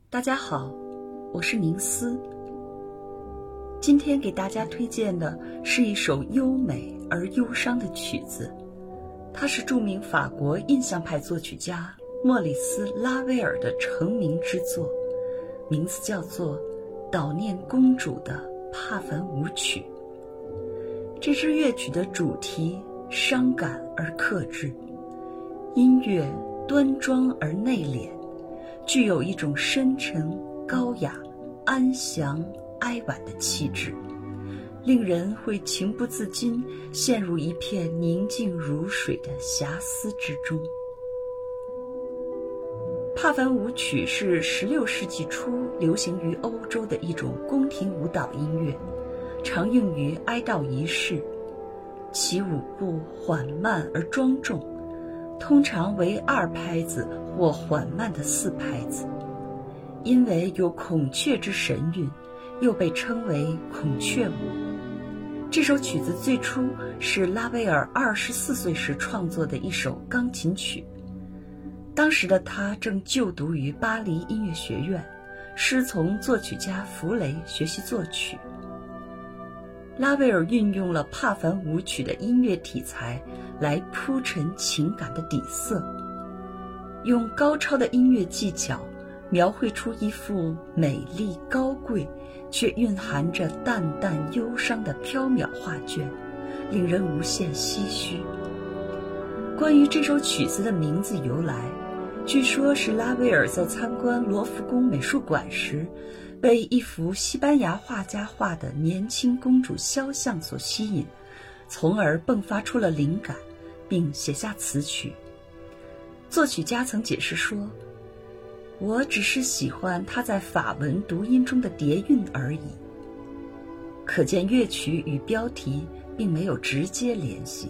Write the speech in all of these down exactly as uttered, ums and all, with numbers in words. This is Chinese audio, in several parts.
大家好，我是宁思。今天给大家推荐的是一首优美而忧伤的曲子，它是著名法国印象派作曲家莫里斯·拉威尔的成名之作，名字叫做《悼念公主的帕凡舞曲》。这支乐曲的主题伤感而克制，音乐端庄而内敛，具有一种深沉、高雅、安详、哀婉的气质，令人会情不自禁陷入一片宁静如水的遐思之中。帕凡舞曲是十六世纪初流行于欧洲的一种宫廷舞蹈音乐，常用于哀悼仪式。其舞步缓慢而庄重，通常为二拍子或缓慢的四拍子。因为有孔雀之神韵，又被称为孔雀舞。这首曲子最初是拉威尔二十四岁时创作的一首钢琴曲。当时的他正就读于巴黎音乐学院，师从作曲家弗雷学习作曲。拉威尔运用了帕凡舞曲的音乐题材来铺陈情感的底色，用高超的音乐技巧描绘出一幅美丽高贵却蕴含着淡淡忧伤的飘渺画卷，令人无限唏嘘。关于这首曲子的名字由来，据说是拉威尔在参观罗浮宫美术馆时，被一幅西班牙画家画的年轻公主肖像所吸引，从而迸发出了灵感，并写下此曲。作曲家曾解释说，我只是喜欢它在法文读音中的叠韵而已。可见乐曲与标题并没有直接联系。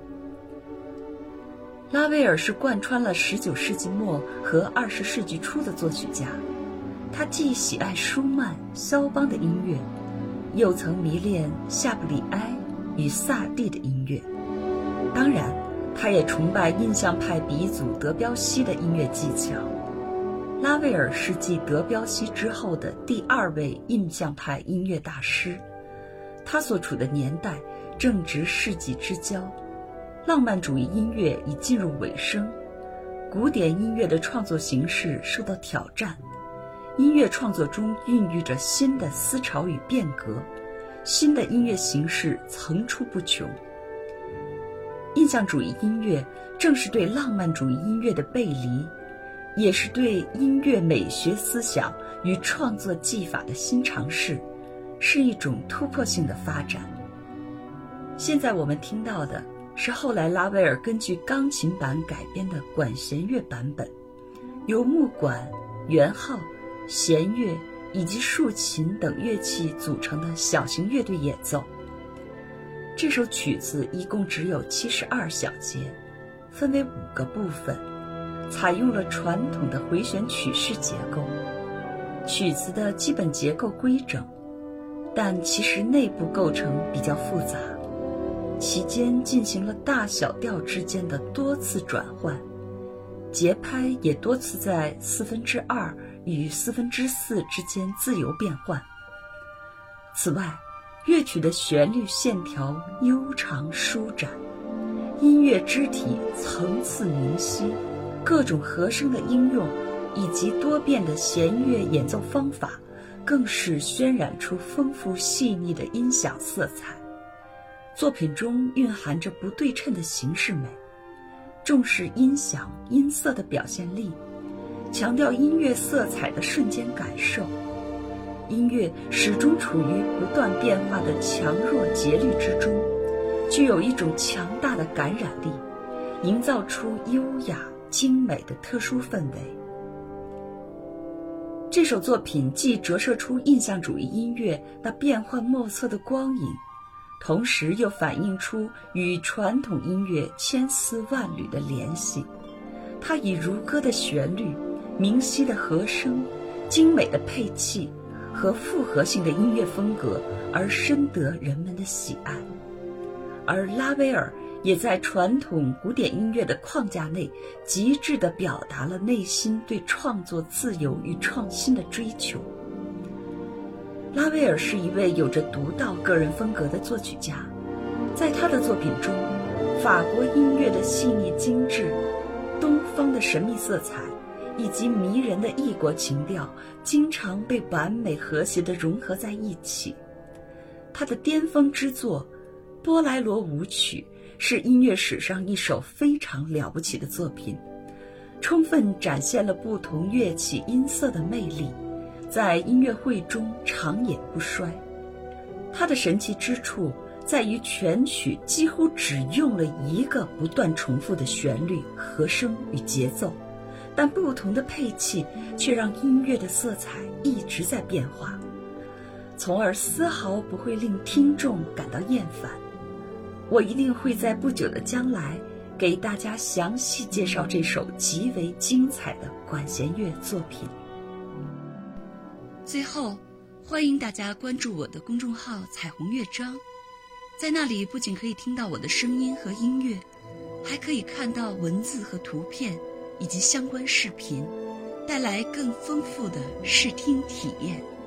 拉威尔是贯穿了十九世纪末和二十世纪初的作曲家，他既喜爱舒曼、肖邦的音乐，又曾迷恋夏布里埃与萨蒂的音乐。当然，他也崇拜印象派鼻祖德彪西的音乐技巧。拉威尔是继德彪西之后的第二位印象派音乐大师，他所处的年代正值世纪之交，浪漫主义音乐已进入尾声，古典音乐的创作形式受到挑战，音乐创作中孕育着新的思潮与变革，新的音乐形式层出不穷。印象主义音乐正是对浪漫主义音乐的背离，也是对音乐美学思想与创作技法的新尝试，是一种突破性的发展。现在我们听到的是后来拉威尔根据钢琴版改编的管弦乐版本，由木管、圆号、弦乐以及竖琴等乐器组成的小型乐队演奏。这首曲子一共只有七十二小节，分为五个部分，采用了传统的回旋曲式结构。曲子的基本结构规整，但其实内部构成比较复杂，其间进行了大小调之间的多次转换，节拍也多次在四分之二与四分之四之间自由变换。此外，乐曲的旋律线条悠长舒展，音乐肢体层次明晰，各种和声的应用以及多变的弦乐演奏方法，更是渲染出丰富细腻的音响色彩。作品中蕴含着不对称的形式美，重视音响音色的表现力，强调音乐色彩的瞬间感受。音乐始终处于不断变化的强弱节律之中，具有一种强大的感染力，营造出优雅精美的特殊氛围。这首作品既折射出印象主义音乐那变幻莫测的光影，同时又反映出与传统音乐千丝万缕的联系。它以如歌的旋律、明晰的和声、精美的配器和复合性的音乐风格而深得人们的喜爱。而拉威尔也在传统古典音乐的框架内极致地表达了内心对创作自由与创新的追求。拉威尔是一位有着独到个人风格的作曲家，在他的作品中，法国音乐的细腻精致、东方的神秘色彩以及迷人的异国情调经常被完美和谐地融合在一起。他的巅峰之作《波莱罗舞曲》是音乐史上一首非常了不起的作品，充分展现了不同乐器音色的魅力，在音乐会中长演不衰。它的神奇之处在于全曲几乎只用了一个不断重复的旋律、和声与节奏，但不同的配器却让音乐的色彩一直在变化，从而丝毫不会令听众感到厌烦。我一定会在不久的将来给大家详细介绍这首极为精彩的管弦乐作品。最后，欢迎大家关注我的公众号彩虹乐章，在那里不仅可以听到我的声音和音乐，还可以看到文字和图片以及相关视频，带来更丰富的视听体验。